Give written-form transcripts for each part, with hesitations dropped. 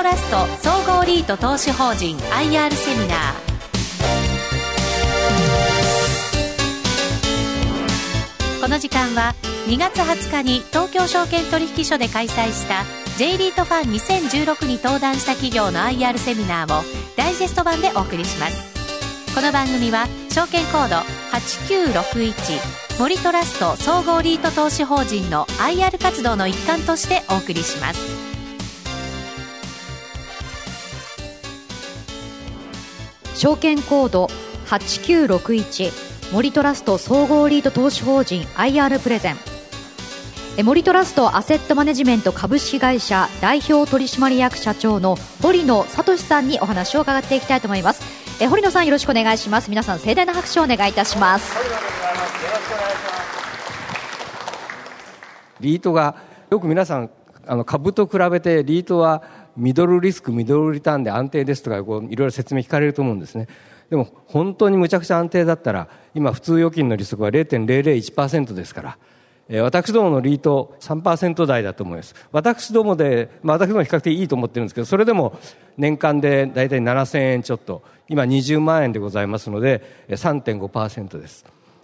ラスト総合リート投資法人 IR セミナー。この時間は2月20日に東京証券取引所で開催した J リートファン2016に登壇した企業の IR セミナーをダイジェスト版でお送りします。この番組は証券コード8961森トラスト総合リート投資法人の IR 活動の一環としてお送りします。 証券コード8961森トラスト総合リート投資法人 IR プレゼン、森トラストアセットマネジメント株式会社代表取締役社長の堀野聡さんにお話を伺っていきたいと思います。堀野さん、よろしくお願いします。皆さん盛大な拍手をお願いいたします。 リートがよく皆さん株と比べてリートはミドルリスクミドルリターンで安定ですとかいろいろ説明聞かれると思うんですね。でも本当にむちゃくちゃ安定だったら今普通預金の利息は 0.001% ですから、私どものリート 3% 台だと思います。私どもで、私ども比較的いいと思ってるんですけど、それでも年間でだいたい7000円ちょっと、今20万円でございますので 3.5% です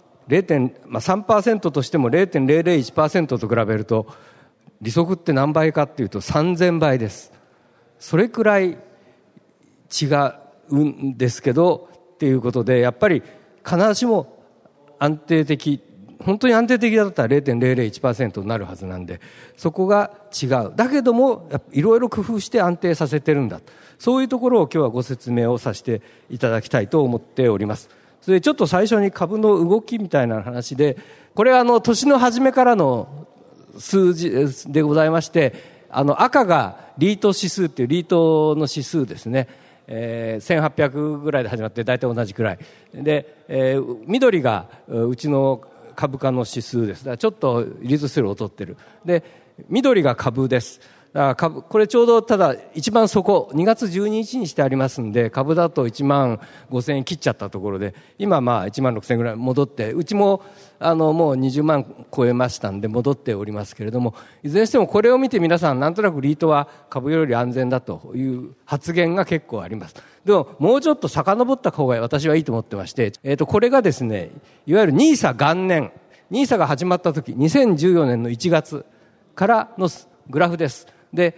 。3% としても 0.001% と比べると利息って何倍かっていうと3000倍です。それくらい違うんですけどっていうことで、やっぱり必ずしも安定的、本当に安定的だったら 0.001% になるはずなんで、そこが違う。だけどもいろいろ工夫して安定させてるんだ、そういうところを今日はご説明をさせていただきたいと思っております。それでちょっと最初に株の動きみたいな話で、これは年の初めからの数字でございまして、赤がリート指数っていうリートの指数ですね。1800ぐらいで始まって大体同じくらいで、緑がうちの株価の指数です。だからちょっとリート数を劣ってる。で緑が株です。だからこれちょうどただ一番底2月12日にしてありますんで、株だと1万5000円切っちゃったところで、今1万6000円ぐらい戻って、うちももう20万超えましたんで戻っておりますけれども、いずれにしてもこれを見て皆さんなんとなくリートは株より安全だという発言が結構あります。でももうちょっと遡った方が私はいいと思ってまして、これがですね、いわゆる NISA 元年、 NISA が始まった時2014年の1月からのグラフです。で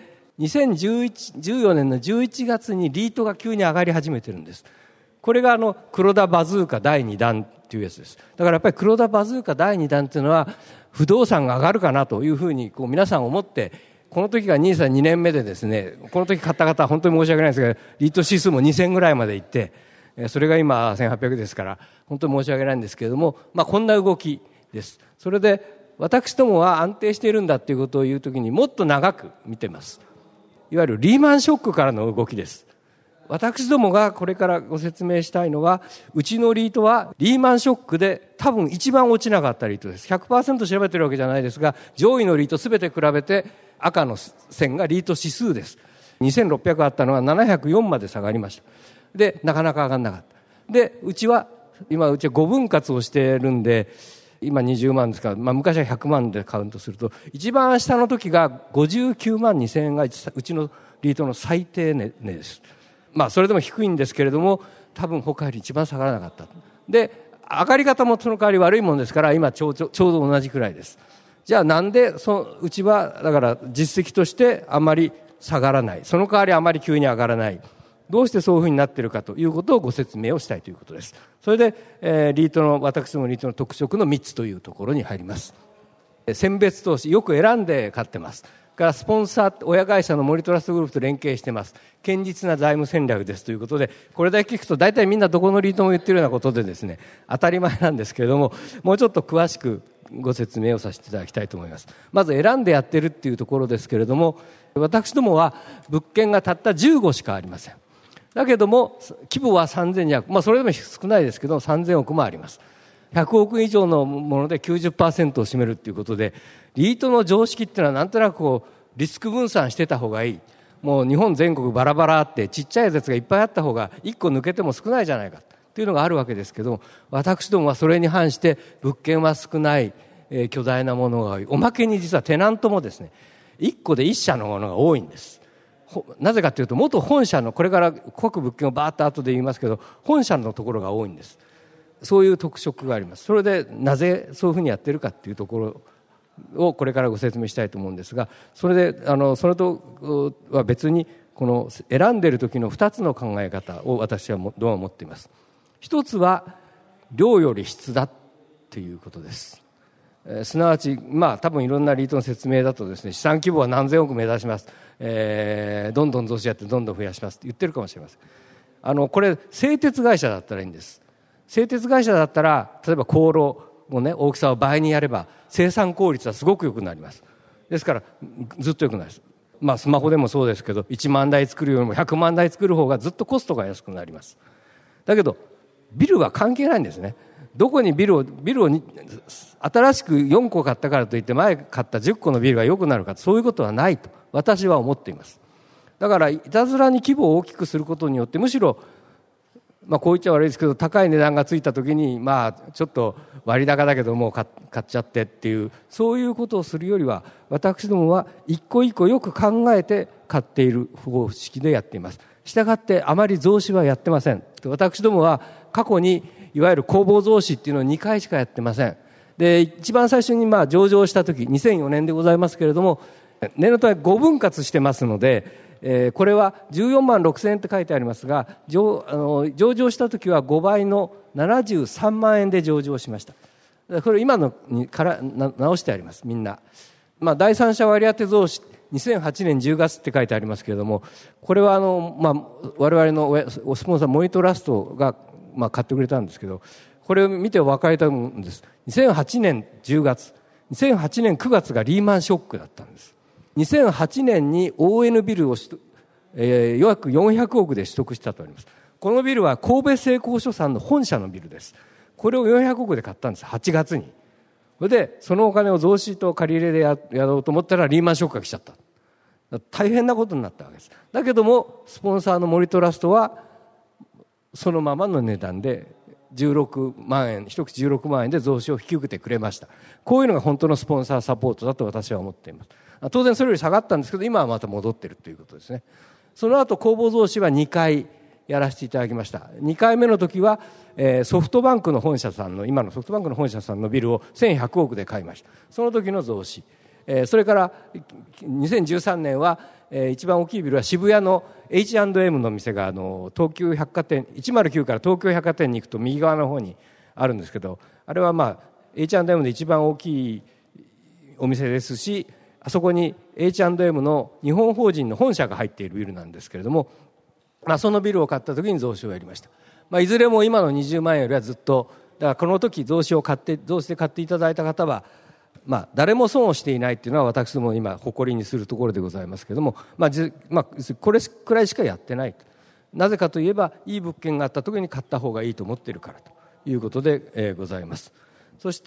2014年の11月にリートが急に上がり始めてるんです。これが黒田バズーカ第2弾っていうやつです。だからやっぱり黒田バズーカ第2弾っていうのは不動産が上がるかなというふうに皆さん思って、この時が NISA2 年目でですね、この時買った方は本当に申し訳ないですが、リート指数も2000ぐらいまでいって、それが今1800ですから本当に申し訳ないんですけれども、こんな動きです。それで私どもは安定しているんだということを言うときにもっと長く見てます。いわゆるリーマンショックからの動きです。私どもがこれからご説明したいのは、うちのリートはリーマンショックで多分一番落ちなかったリートです。 100% 調べてるわけじゃないですが、上位のリートすべて比べて赤の線がリート指数です。2600あったのは704まで下がりました。でなかなか上がらなかった。でうちは5分割をしているんで、今20万ですから、昔は100万でカウントすると一番下の時が59万2000円がうちのリートの最低値です。それでも低いんですけれども、多分他より一番下がらなかった。で上がり方もその代わり悪いものですから、今ちょうど同じくらいです。じゃあなんでうちはだから実績としてあまり下がらない、その代わりあまり急に上がらない、どうしてそういうふうになっているかということをご説明をしたいということです。それで、私どもリートの特色の3つというところに入ります。選別投資よく選んで買ってます。からスポンサー親会社の森トラストグループと連携してます。堅実な財務戦略ですということで、これだけ聞くと大体みんなどこのリートも言ってるようなことでですね、当たり前なんですけれども、もうちょっと詳しくご説明をさせていただきたいと思います。まず選んでやってるっていうところですけれども、私どもは物件がたった15しかありません。だけども規模は3200、それでも少ないですけど3000億もあります。100億以上のもので 90% を占めるということで、リートの常識っていうのはなんとなくリスク分散してた方がいい、もう日本全国バラバラあってちっちゃいやつがいっぱいあった方が1個抜けても少ないじゃないかというのがあるわけですけど、私どもはそれに反して物件は少ない、巨大なものが多い。おまけに実はテナントもですね、1個で1社のものが多いんです。 なぜかというと元本社の、これから各物件をバーッと後で言いますけど、本社のところが多いんです。そういう特色があります。それでなぜそういうふうにやってるかっていうところをこれからご説明したいと思うんですが、それでそれとは別にこの選んでいる時の2つの考え方を私はどう思っています。一つは量より質だということです。すなわち、多分いろんなリートの説明だとですね、資産規模は何千億目指します、どんどん増資やってどんどん増やしますって言ってるかもしれません。これ製鉄会社だったらいいんです。製鉄会社だったら例えば高炉をね、大きさを倍にやれば生産効率はすごく良くなります。ですからずっと良くなります。スマホでもそうですけど、1万台作るよりも100万台作る方がずっとコストが安くなります。だけどビルは関係ないんですね。どこにビルを新しく4個買ったからといって前買った10個のビルが良くなるか、そういうことはないと私は思っています。だからいたずらに規模を大きくすることによって、むしろこう言っちゃ悪いですけど、高い値段がついた時にちょっと割高だけどもう買っちゃってっていう、そういうことをするよりは、私どもは一個一個よく考えて買っている方式でやっています。したがってあまり増資はやってません。私どもは過去にいわゆる公募増資っていうのを2回しかやってません。で、一番最初に上場した時2004年でございますけれども、念のため5分割してますので、これは14万6,000円って書いてありますが、上場した時は5倍の73万円で上場しました。これ今のにから直してあります。みんな、第三者割当増資2008年10月って書いてありますけれども、これは我々のスポンサーモニトラストが買ってくれたんですけど、これを見てお分かりいただくんです。2008年10月2008年9月がリーマンショックだったんです。2008年に ON ビルを約400億で取得したとあります。このビルは神戸製鋼所さんの本社のビルです。これを400億で買ったんです。8月に。それでそのお金を増資と借り入れでやろうと思ったらリーマンショックが来ちゃった。大変なことになったわけです。だけどもスポンサーの森トラストはそのままの値段で16万円、一口16万円で増資を引き受けてくれました。こういうのが本当のスポンサーサポートだと私は思っています。当然それより下がったんですけど、今はまた戻っているということですね。その後公募増資は2回やらせていただきました。2回目の時は、ソフトバンクの本社さんの、今のソフトバンクの本社さんのビルを1100億で買いました。その時の増資、それから2013年は、一番大きいビルは渋谷の H&M の店が東急百貨店109から東京百貨店に行くと右側の方にあるんですけど、あれはH&M で一番大きいお店ですし、あそこに H&M の日本法人の本社が入っているビルなんですけれども、そのビルを買った時に増資をやりました。いずれも今の20万円よりはずっと、だからこの時増資で買っていただいた方は誰も損をしていないというのは私ども今誇りにするところでございますけれども、これくらいしかやってない。なぜかといえばいい物件があった時に買った方がいいと思っているからということで、ございます。そして、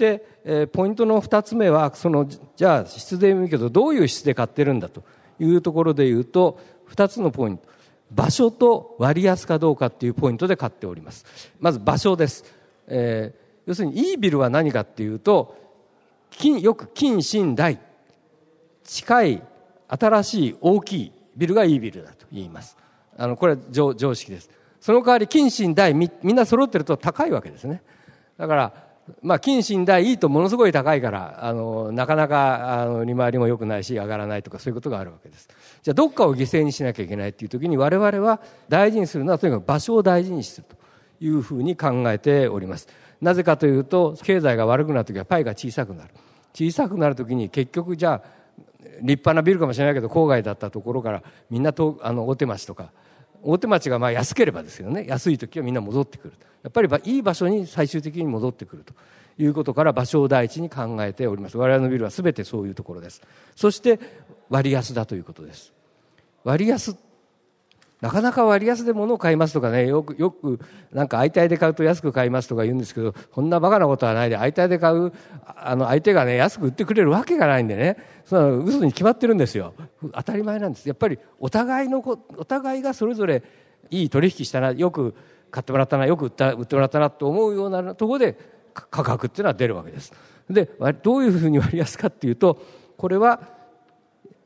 ポイントの2つ目はじゃあ質で見るけどどういう質で買ってるんだというところでいうと、2つのポイント、場所と割安かどうかというポイントで買っております。まず場所です。要するにいいビルは何かっていうと、よく近新大、近い新しい大きいビルがいいビルだと言います。これは常識です。その代わり近新大 みんな揃ってると高いわけですね。だから近新大いいとものすごい高いからなかなか利回りも良くないし上がらないとか、そういうことがあるわけです。じゃあどっかを犠牲にしなきゃいけないっていう時に、我々は大事にするのはとにかく場所を大事にするというふうに考えております。なぜかというと、経済が悪くなるときはパイが小さくなる。小さくなるときに結局じゃあ立派なビルかもしれないけど郊外だったところからみんな大手町とか、大手町が安ければですよね、安いときはみんな戻ってくる。やっぱりいい場所に最終的に戻ってくるということから場所を第一に考えております。我々のビルは全てそういうところです。そして割安だということです。割安、なかなか割安で物を買いますとかね、よくなんか相対で買うと安く買いますとか言うんですけど、こんなバカなことはないで、相対で買う相手がね安く売ってくれるわけがないんでね、その嘘に決まってるんですよ。当たり前なんです。やっぱりお互いがそれぞれいい取引したな、よく買ってもらったな、よく売ってもらったなと思うようなところで価格っていうのは出るわけです。でどういうふうに割安かっていうと、これは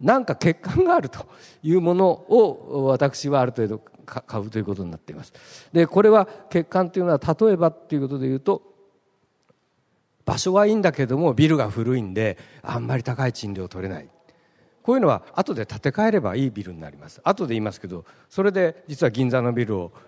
なんか欠陥があるというものを私はある程度買うということになっています。でこれは欠陥というのは例えばということでいうと、場所はいいんだけどもビルが古いんであんまり高い賃料を取れない、こういうのは後で建て替えればいいビルになります。後で言いますけど、それで実は銀座のビルを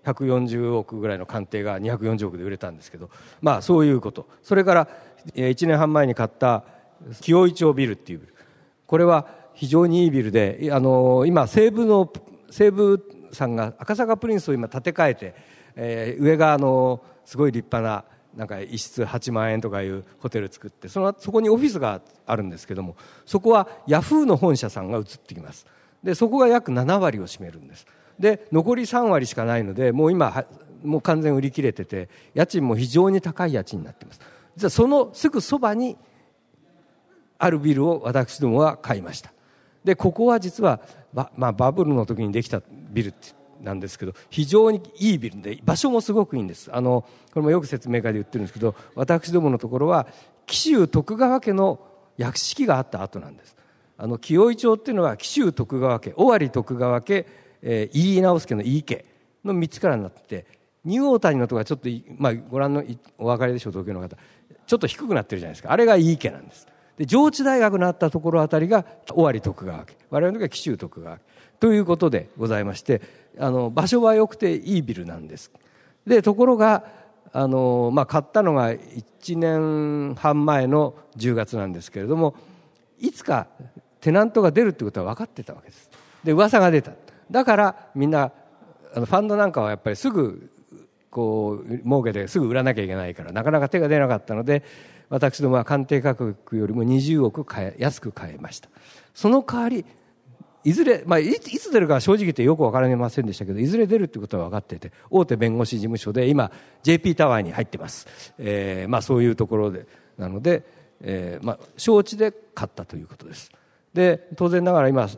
140億ぐらいの官邸が240億で売れたんですけど、まあそういうこと。それから1年半前に買った紀尾井町ビルっていうビル、これは非常にいいビルで、今西武さんが赤坂プリンスを今建て替えて、上がすごい立派ななんか一室8万円とかいうホテル作って、そこにオフィスがあるんですけども、そこはヤフーの本社さんが移ってきます。でそこが約7割を占めるんです。で残り3割しかないので、もう今もう完全売り切れてて、家賃も非常に高い家賃になっています。実はそのすぐそばにあるビルを私どもは買いました。でここは実はバブルの時にできたビルなんですけど、非常にいいビルで場所もすごくいいんです。これもよく説明会で言ってるんですけど、私どものところは紀州徳川家の屋敷があった後なんです。紀尾井町っていうのは紀州徳川家、尾張徳川家、井伊直弼の井伊家の3つからなってて、ニューオータニのところはちょっと、ご覧のお分かりでしょう、東京の方、ちょっと低くなってるじゃないですか。あれが井伊家なんです。で上智大学のあったところあたりが尾張徳川家、我々の時は紀州徳川家ということでございまして、場所は良くていいビルなんです。でところが買ったのが1年半前の10月なんですけれども、いつかテナントが出るってことは分かってたわけです。で噂が出た。だからみんなファンドなんかはやっぱりすぐこう儲けてすぐ売らなきゃいけないから、なかなか手が出なかったので、私どもは鑑定価格よりも20億安く買えました。その代わりいずれ、いつ出るかは正直言ってよく分からませんでしたけど、いずれ出るということは分かっていて、大手弁護士事務所で今 JP タワーに入ってます。そういうところでなので、承知で買ったということです。で当然ながら今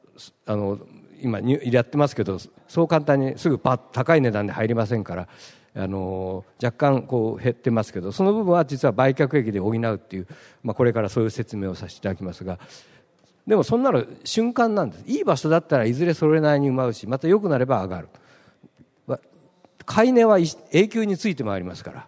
やってますけど、そう簡単にすぐ高い値段で入りませんから、若干こう減ってますけど、その部分は実は売却益で補うっていう、これからそういう説明をさせていただきますが、でもそんなの瞬間なんです。いい場所だったらいずれそれなりに舞うし、また良くなれば上がる。買い値は永久についてまいりますから、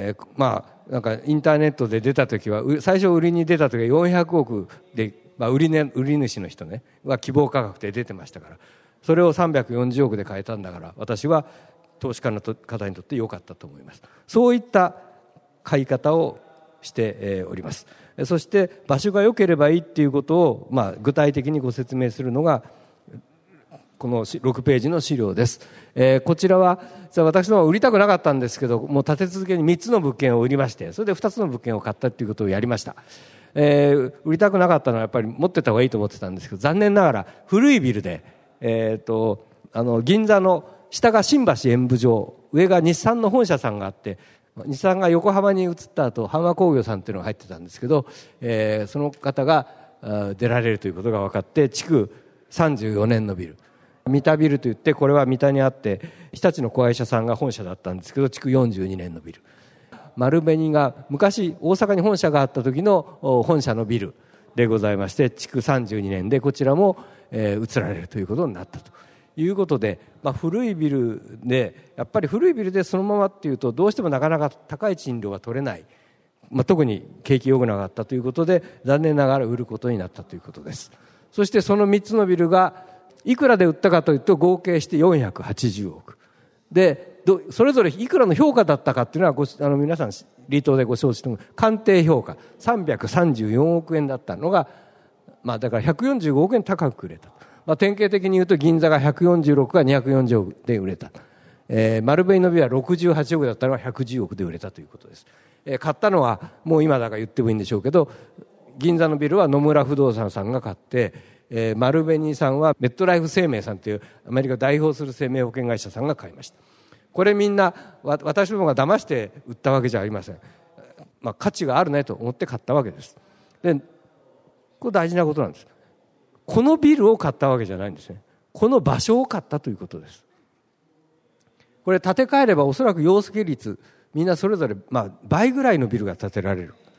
なんかインターネットで出た時は、最初売りに出た時は400億で、売り主の人ねは希望価格で出てましたから、それを340億で買えたんだから、私は投資家の方にとって良かったと思います。そういった買い方をしております。そして場所が良ければいいっていうことを、具体的にご説明するのがこの6ページの資料です。こちらは私の売りたくなかったんですけど、もう立て続けに3つの物件を売りまして、それで2つの物件を買ったっていうことをやりました。売りたくなかったのはやっぱり持ってた方がいいと思ってたんですけど、残念ながら古いビルで、銀座の下が新橋演舞場、上が日産の本社さんがあって、日産が横浜に移った後阪和工業さんっていうのが入ってたんですけど、その方が出られるということが分かって、築34年のビル、三田ビルといって、これは三田にあって日立の子会社さんが本社だったんですけど、築42年のビル、丸紅が昔大阪に本社があった時の本社のビルでございまして、築32年でこちらも移られるということになったということで、古いビルでやっぱり古いビルでそのままっていうとどうしてもなかなか高い賃料が取れない、特に景気良くなかったということで、残念ながら売ることになったということです。そしてその3つのビルがいくらで売ったかというと、合計して480億で、それぞれいくらの評価だったかっていうのは皆さんリートでご承知の鑑定評価334億円だったのが、だから145億円高く売れた。典型的に言うと銀座が146が240億で売れた。丸紅のビルは68億だったのが110億で売れたということです。買ったのはもう今だから言ってもいいんでしょうけど、銀座のビルは野村不動産さんが買って、丸紅さんはメットライフ生命さんというアメリカを代表する生命保険会社さんが買いました。これみんな私どもが騙して売ったわけじゃありません。価値があるねと思って買ったわけです。でこれ大事なことなんです。このビルを買ったわけじゃないんですね。この場所を買ったということです。これ建て替えればおそらく容積率みんなそれぞれ倍ぐらいのビルが建てられる。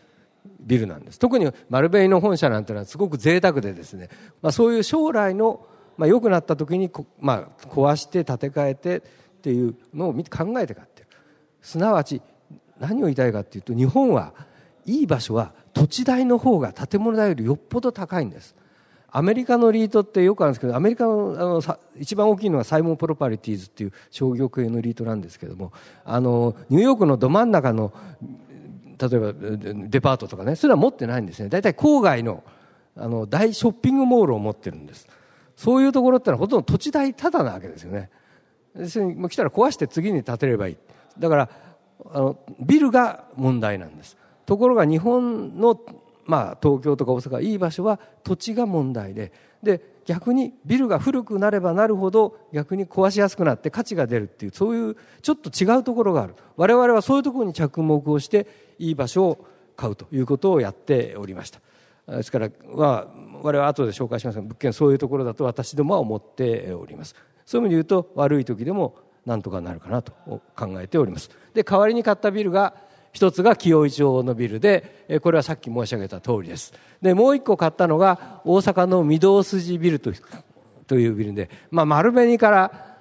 ビルなんです。特に丸紅の本社なんてのはすごく贅沢でですね、そういう将来の、良くなった時に壊して建て替えてっていうのを考えて買ってる。すなわち何を言いたいかというと、日本はいい場所は土地代の方が建物代よりよっぽど高いんです。アメリカのリートってよくあるんですけど、アメリカの一番大きいのがサイモンプロパリティーズっていう商業系のリートなんですけども、ニューヨークのど真ん中の例えばデパートとかね、それは持ってないんですね。だいたい郊外の大ショッピングモールを持ってるんです。そういうところってのはほとんど土地代タダなわけですよね。ですに来たら壊して次に建てればいい。だからビルが問題なんです。ところが日本の東京とか大阪いい場所は土地が問題で、逆にビルが古くなればなるほど逆に壊しやすくなって価値が出るっていう、そういうちょっと違うところがある。我々はそういうところに着目をしていい場所を買うということをやっておりました。ですから我々は後で紹介しますが、物件そういうところだと私どもは思っております。そういう意味で言うと悪い時でもなんとかなるかなと考えております。で、代わりに買ったビルが一つが紀尾井町のビルで、これはさっき申し上げた通りです。で、もう一個買ったのが大阪の御堂筋ビルというビルで、丸紅から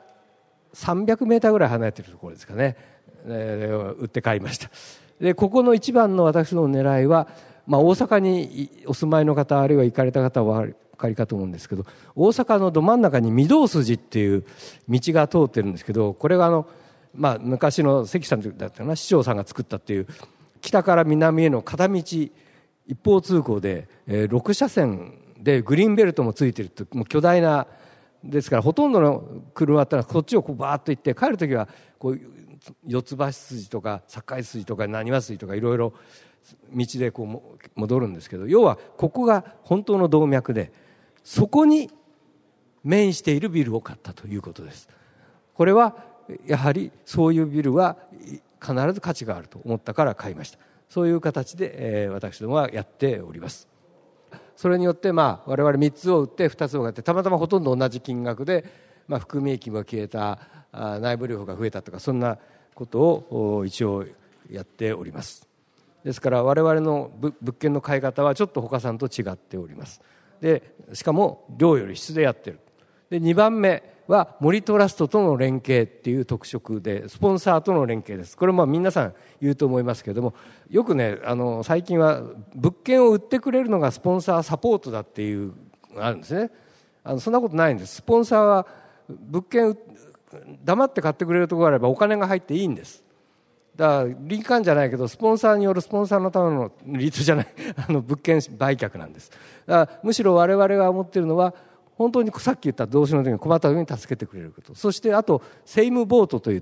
300メーターぐらい離れているところですかね、売って買いました。で、ここの一番の私の狙いは、大阪にお住まいの方あるいは行かれた方はお分かりかと思うんですけど、大阪のど真ん中に御堂筋っていう道が通ってるんですけど、これが昔の関さんだったかな、市長さんが作ったっていう北から南への片道一方通行で、6車線でグリーンベルトもついてると、もう巨大なですから、ほとんどの車ってのはこっちをバーッと行って、帰るときは四つ橋筋とか堺筋とか浪速筋とかいろいろ道で戻るんですけど、要はここが本当の動脈で、そこに面しているビルを買ったということです。これはやはりそういうビルは必ず価値があると思ったから買いました。そういう形で、私どもはやっております。それによって我々3つを売って2つを買って、たまたまほとんど同じ金額で、含み益も消えた、内部留保が増えたとか、そんなことを一応やっております。ですから我々の物件の買い方はちょっと他さんと違っております。で、しかも量より質でやってる。で、2番目は森トラストとの連携っていう特色で、スポンサーとの連携です。これも皆さん言うと思いますけれども、よくね、最近は物件を売ってくれるのがスポンサーサポートだっていうのがあるんですね。そんなことないんです。スポンサーは物件黙って買ってくれるところがあればお金が入っていいんです。だからリーカンじゃないけど、スポンサーによるスポンサーのためのリートじゃない物件売却なんです。だからむしろ我々が思っているのは、本当にさっき言った動詞の時に困った時に助けてくれること、そしてあとセイムボートといって、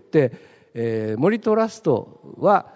森トラストは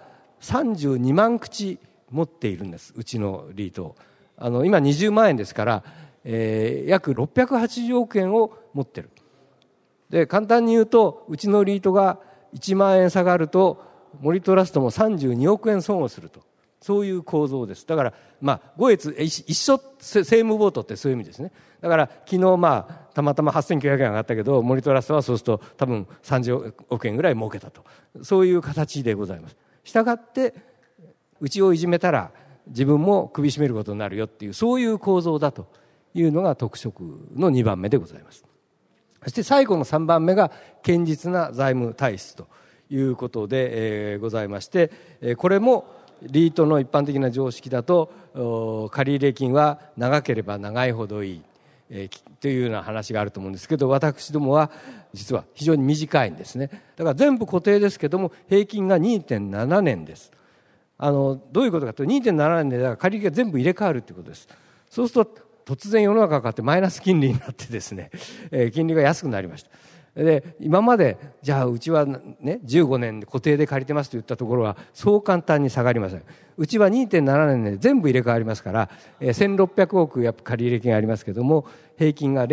32万口持っているんです。うちのリート今20万円ですから、約680億円を持ってる。で、簡単に言うと、うちのリートが1万円下がると森トラストも32億円損をすると、そういう構造です。だから5越一緒、セイムボートってそういう意味ですね。だから昨日たまたま8900円上がったけど、森トラストはそうすると多分30億円ぐらい儲けたと、そういう形でございます。したがってうちをいじめたら自分も首絞めることになるよっていう、そういう構造だというのが特色の2番目でございます。そして最後の3番目が堅実な財務体質ということで、ございまして、これもリートの一般的な常識だと、借入金は長ければ長いほどいい、というような話があると思うんですけど、私どもは実は非常に短いんですね。だから全部固定ですけども、平均が 2.7 年です。どういうことかというと、 2.7 年でだから借入が全部入れ替わるということです。そうすると突然世の中が変わってマイナス金利になってですね、金利が安くなりました。で、今までじゃあうちはね15年で固定で借りてますと言ったところはそう簡単に下がりません。うちは 2.7 年で全部入れ替わりますから、1600億やっぱ借入金がありますけども、平均が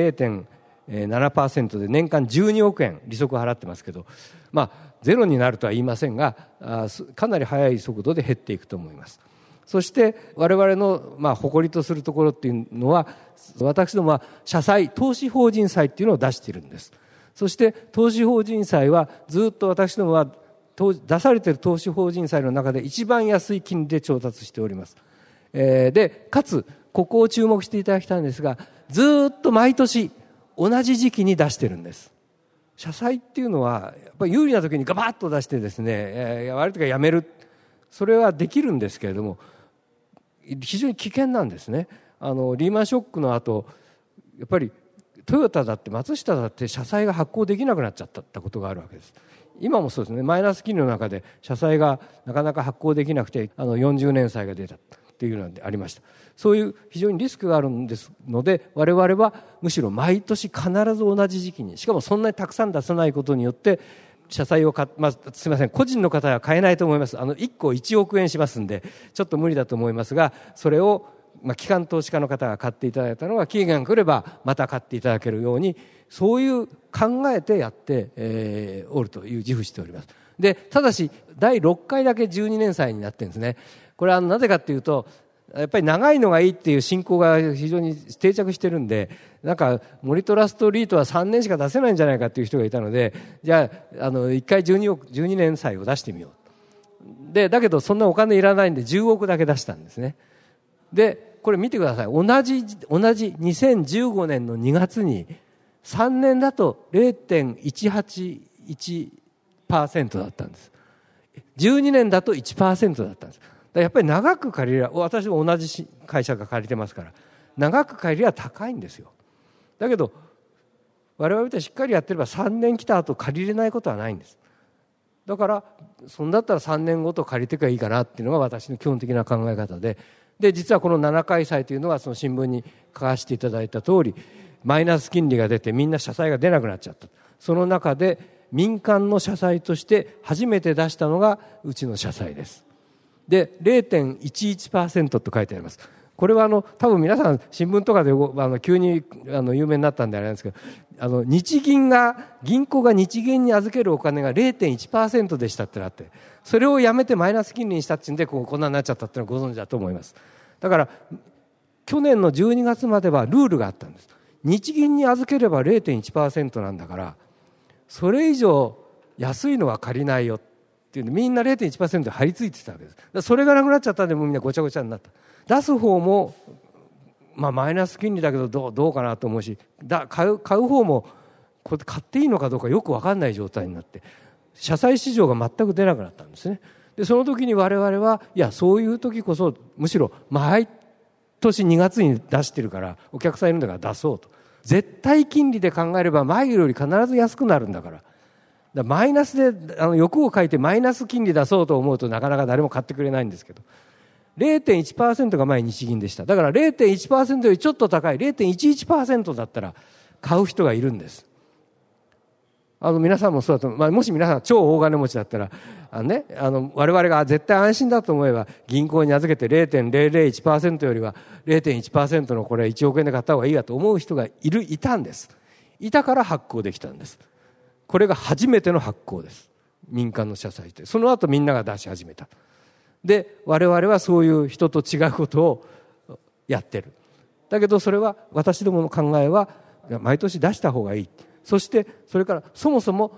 0.7% で年間12億円利息を払ってますけど、ゼロになるとは言いませんが、かなり速い速度で減っていくと思います。そして我々の誇りとするところっていうのは、私どもは社債投資法人債っていうのを出しているんです。そして投資法人債はずっと私どもは出されている投資法人債の中で一番安い金利で調達しております。 でかつここを注目していただきたいんですが、ずっと毎年同じ時期に出してるんです。社債っていうのはやっぱり有利な時にガバッと出してですね、悪い時はやめる、それはできるんですけれども非常に危険なんですね。リーマンショックの後やっぱりトヨタだって松下だって社債が発行できなくなっちゃったことがあるわけです。今もそうですね。マイナス金利の中で社債がなかなか発行できなくて40年債が出たっていうのがありました。そういう非常にリスクがあるんですので、我々はむしろ毎年必ず同じ時期に、しかもそんなにたくさん出さないことによって社債をすみません、個人の方は買えないと思います。1個1億円しますんでちょっと無理だと思いますが、それを機関投資家の方が買っていただいたのが期限が来ればまた買っていただけるように、そういう考えてやって、おるという自負しております。でただし第6回だけ12年債になってるんですね。これはなぜかというとやっぱり長いのがいいっていう信仰が非常に定着してるんで、なんか森トラストリートは3年しか出せないんじゃないかっていう人がいたので、じゃあ1回12年債を出してみようで、だけどそんなお金いらないんで10億だけ出したんですね。でこれ見てください。同じ2015年の2月に3年だと 0.181% だったんです。12年だと 1% だったんです。やっぱり長く借りりゃ、私も同じ会社が借りてますから長く借りりゃ高いんですよ。だけど我々みたいにしっかりやってれば3年来た後借りれないことはないんです。だからそんだったら3年ごと借りてからいいかなっていうのが私の基本的な考え方で、実はこの7回債というのはその新聞に書かせていただいた通りマイナス金利が出てみんな社債が出なくなっちゃった。その中で民間の社債として初めて出したのがうちの社債です。で 0.11% と書いてあります。これは多分皆さん新聞とかで急に有名になったんであれなんですけど、銀行が日銀に預けるお金が 0.1% でしたってなって、それをやめてマイナス金利にしたっていうんでこんなになっちゃったっていうのはご存知だと思います。だから去年の12月まではルールがあったんです。日銀に預ければ 0.1% なんだからそれ以上安いのは借りないよっていうんでみんな 0.1% で張り付いてたわけです。それがなくなっちゃったんでもうみんなごちゃごちゃになった。出す方もマイナス金利だけどどうかなと思うし、買う方もこれ買っていいのかどうかよく分かんない状態になって社債市場が全く出なくなったんですね。でその時に我々はいやそういう時こそむしろ毎年2月に出してるからお客さんいるんだから出そうと。絶対金利で考えれば前より必ず安くなるんだから、マイナスで欲を書いてマイナス金利出そうと思うとなかなか誰も買ってくれないんですけど、 0.1% が前日銀でした。だから 0.1% よりちょっと高い 0.11% だったら買う人がいるんです。皆さんもそうだと、もし皆さん超大金持ちだったら我々が絶対安心だと思えば銀行に預けて 0.001% よりは 0.1% のこれ1億円で買った方がいいやと思う人がいたんです。いたから発行できたんです。これが初めての発行です。民間の社債でその後みんなが出し始めた。で我々はそういう人と違うことをやってる。だけどそれは私どもの考えは毎年出した方がいい。そしてそれからそもそも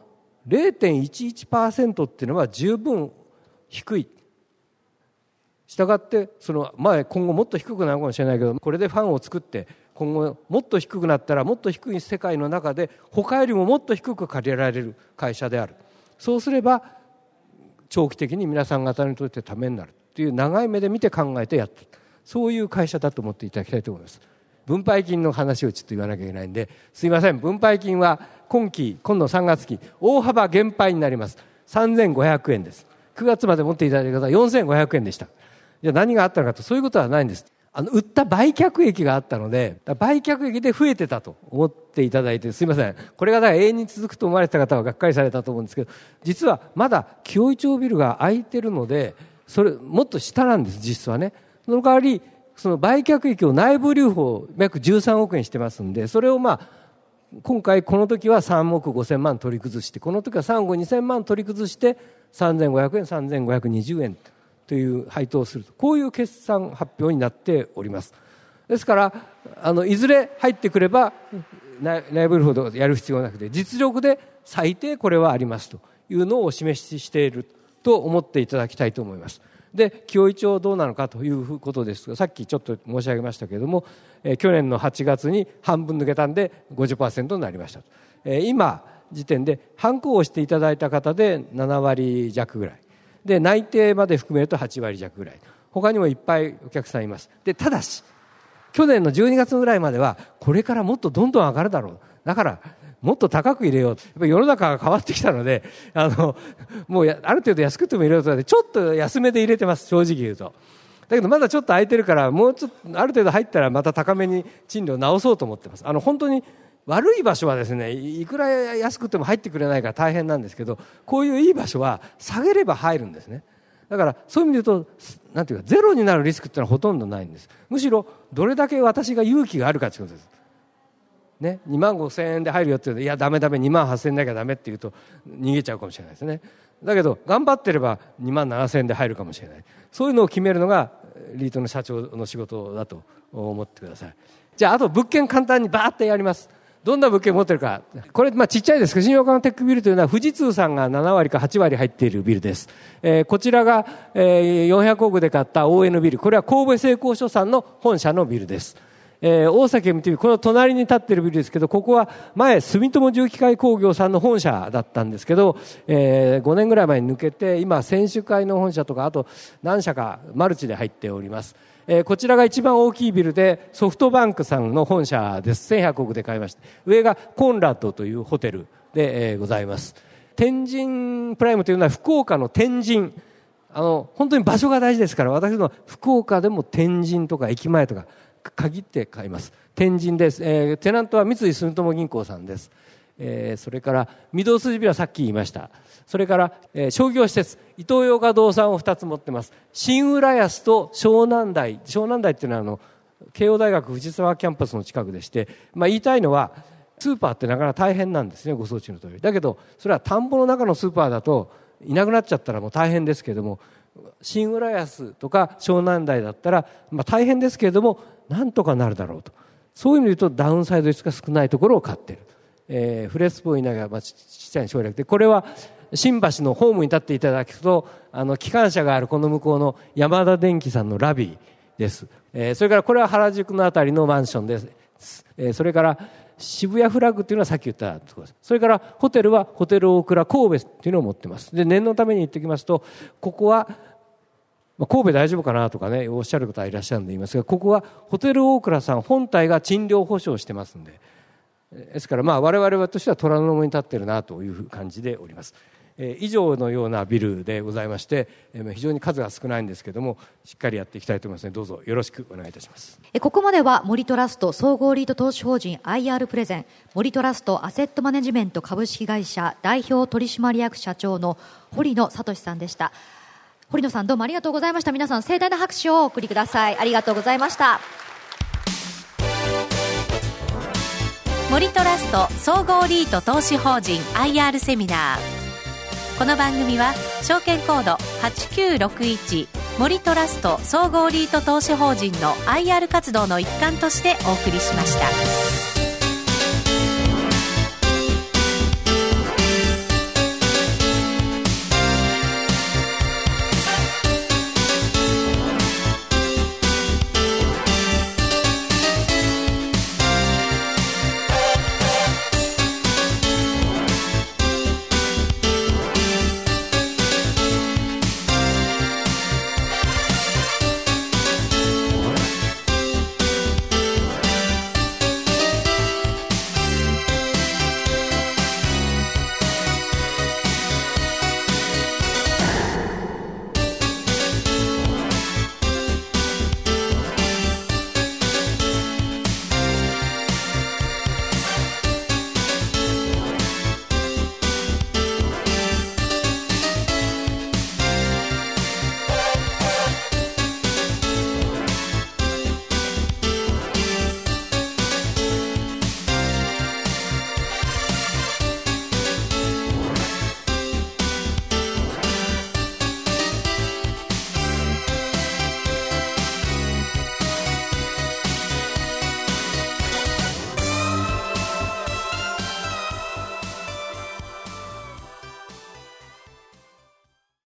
0.11% っていうのは十分低い。したがって今後もっと低くなるかもしれないけどこれでファンを作って今後もっと低くなったらもっと低い世界の中で他よりももっと低く借りられる会社である。そうすれば長期的に皆さん方にとってためになるという長い目で見て考えてやっている、そういう会社だと思っていただきたいと思います。分配金の話をちょっと言わなきゃいけないんですいません。分配金は今の3月期大幅減配になります。3500円です。9月まで持っていただいた方は4500円でした。じゃあ何があったのかと、そういうことはないんです。売った売却益があったので売却益で増えてたと思っていただいてすいません。これがだから永遠に続くと思われてた方はがっかりされたと思うんですけど、実はまだ紀尾井町ビルが空いてるのでそれもっと下なんです実質はね。その代わりその売却益を内部留保約13億円してますんで、それを今回この時は3億5000万取り崩して、この時は3億2000万取り崩して3500円3520円という配当をすると、こういう決算発表になっております。ですからいずれ入ってくれば内部留保をやる必要なくて実力で最低これはありますというのをお示ししていると思っていただきたいと思います。 で紀尾井町どうなのかということですが、さっきちょっと申し上げましたけれども、去年の8月に半分抜けたんで 50% になりましたと。今時点でハンコをしていただいた方で7割弱ぐらいで、内定まで含めると8割弱ぐらい、他にもいっぱいお客さんいます。でただし去年の12月ぐらいまではこれからもっとどんどん上がるだろう、だからもっと高く入れよう、やっぱり世の中が変わってきたので、もうある程度安くても入れようと、ちょっと安めで入れてます、正直言うと。だけどまだちょっと空いてるから、もうちょっとある程度入ったらまた高めに賃料を直そうと思ってます。本当に悪い場所はですね、いくら安くても入ってくれないから大変なんですけど、こういういい場所は下げれば入るんですね。だからそういう意味で言うと、なんていうかゼロになるリスクっていうのはほとんどないんです。むしろどれだけ私が勇気があるかということですね。2万5,000円で入るよって言うと、いやダメ2万8,000円だけはダメって言うと逃げちゃうかもしれないですね。だけど頑張ってれば2万7,000円で入るかもしれない。そういうのを決めるのがリートの社長の仕事だと思ってください。じゃああと物件簡単にバーッとやります。どんな物件持ってるか。これちっちゃいですけど、新横浜テックビルというのは富士通さんが7割か8割入っているビルです。こちらが、400億で買った ON ビル、これは神戸製鋼所さんの本社のビルです。大崎 MTV、 この隣に立っているビルですけど、ここは前住友重機械工業さんの本社だったんですけど、5年ぐらい前に抜けて、今選手会の本社とかあと何社かマルチで入っております。こちらが一番大きいビルでソフトバンクさんの本社です。1100億で買いました。上がコンラッドというホテルで、ございます。天神プライムというのは福岡の天神、本当に場所が大事ですから、私の福岡でも天神とか駅前とか限って買います。天神です。テナントは三井住友銀行さんです。それから御堂筋ビルはさっき言いました。それから、商業施設イトーヨーカドーさんを2つ持ってます。新浦安と湘南台っていうのは慶応大学藤沢キャンパスの近くでして、言いたいのはスーパーってなかなか大変なんですね、ご承知の通り。だけどそれは田んぼの中のスーパーだといなくなっちゃったらもう大変ですけれども、新浦安とか湘南台だったら、大変ですけれどもなんとかなるだろうと。そういう意味で言うとダウンサイドリスクが少ないところを買っている。フレスポ稲毛はちっちゃい省略で、これは新橋のホームに立っていただくと機関車があるこの向こうの山田電機さんのラビーです。それからこれは原宿のあたりのマンションです。それから渋谷フラッグっていうのはさっき言ったところです。それからホテルはホテル大倉神戸っていうのを持ってます。で念のために言っておきますと、ここは神戸大丈夫かなとかねおっしゃる方いらっしゃるんで言いますが、ここはホテル大倉さん本体が賃料保証してますんで、ですから我々としては虎の門に立っているなという感じでおります。以上のようなビルでございまして、非常に数が少ないんですけれどもしっかりやっていきたいと思いますので、どうぞよろしくお願いいたします。 ここまでは森トラスト総合リート投資法人 IR プレゼン森トラストアセットマネジメント株式会社代表取締役社長の堀野聡さんでした。堀野さん、どうもありがとうございました。皆さん盛大な拍手をお送りください。ありがとうございました。 森トラスト総合リート投資法人 IR セミナー。この番組は証券コード8961森トラスト総合リート投資法人の IR 活動の一環としてお送りしました。